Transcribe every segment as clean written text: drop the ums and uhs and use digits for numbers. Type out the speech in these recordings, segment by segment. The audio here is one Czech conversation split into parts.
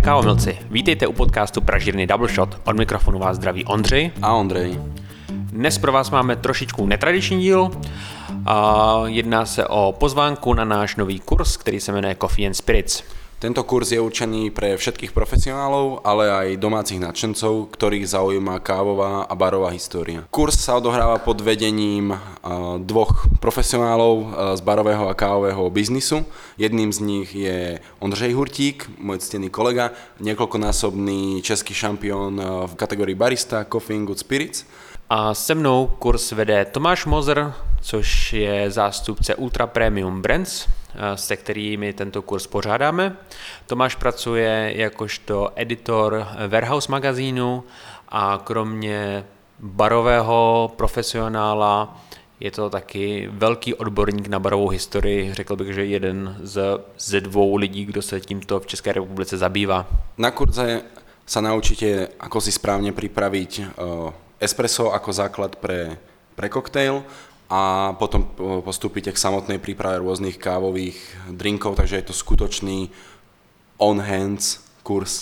kávomilci, vítejte u podcastu Pražírny Double Shot. Od mikrofonu vás zdraví Ondřej a Ondrej. Dnes pro vás máme trošičku netradiční díl. Jedná se o pozvánku na náš nový kurz, který se jmenuje Coffee and Spirits. Tento kurz je určený pre všetkých profesionálov, ale aj domácich nadšencov, ktorých zaujíma kávová a barová história. Kurz sa odohráva pod vedením dvoch profesionálov z barového a kávového biznisu. Jedným z nich je Ondřej Hurtík, môj ctený kolega, niekoľkonásobný český šampión v kategorii barista, Coffee and Good Spirits. A se mnou kurz vede Tomáš Moser, což je zástupce Ultra Premium Brands, se kterými tento kurz pořádáme. Tomáš pracuje jakožto editor Warehouse magazínu a kromě barového profesionála je to taky velký odborník na barovou historii. Řekl bych, že jeden ze dvou lidí, kdo se tímto v České republice zabývá. Na kurze sa naučíte, ako si správne pripraviť espresso ako základ pre koktejl a potom postúpite k samotnej príprave rôznych kávových drinkov, takže je to skutočný on-hands kurz.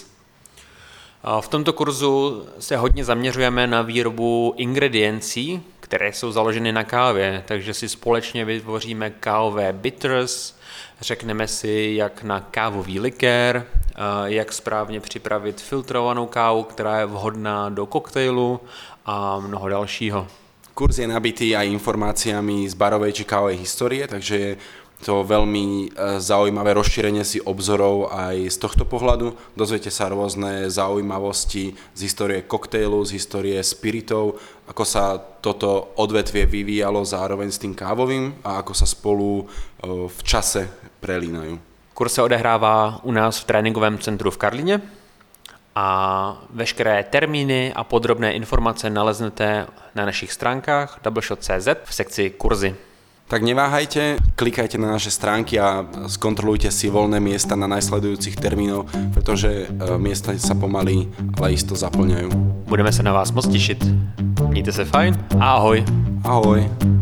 V tomto kurzu se hodně zaměřujeme na výrobu ingrediencí, které jsou založeny na kávě, takže si společně vytvoříme kávové bitters, řekneme si, jak na kávový likér, jak správně připravit filtrovanou kávu, která je vhodná do koktejlu a mnoho dalšího. Kurz je nabitý aj informáciami z barovej či kávovej histórie, takže je to veľmi zaujímavé rozšírenie si obzorov aj z tohto pohľadu. Dozviete sa rôzne zaujímavosti z histórie koktejlu, z histórie spiritov, ako sa toto odvetvie vyvíjalo zároveň s tým kávovým a ako sa spolu v čase prelínajú. Kurz se odehrává u nás v tréninkovém centru v Karlíně a veškeré termíny a podrobné informace naleznete na našich stránkách doubleshot.cz v sekci kurzy. Tak neváhajte, klikajte na naše stránky a skontrolujte si voľné miesta na najsledujúcich termínov, pretože miesta sa pomaly, ale isto zaplňajú. Budeme se na vás moc těšit. Mějte se fajn a ahoj. Ahoj.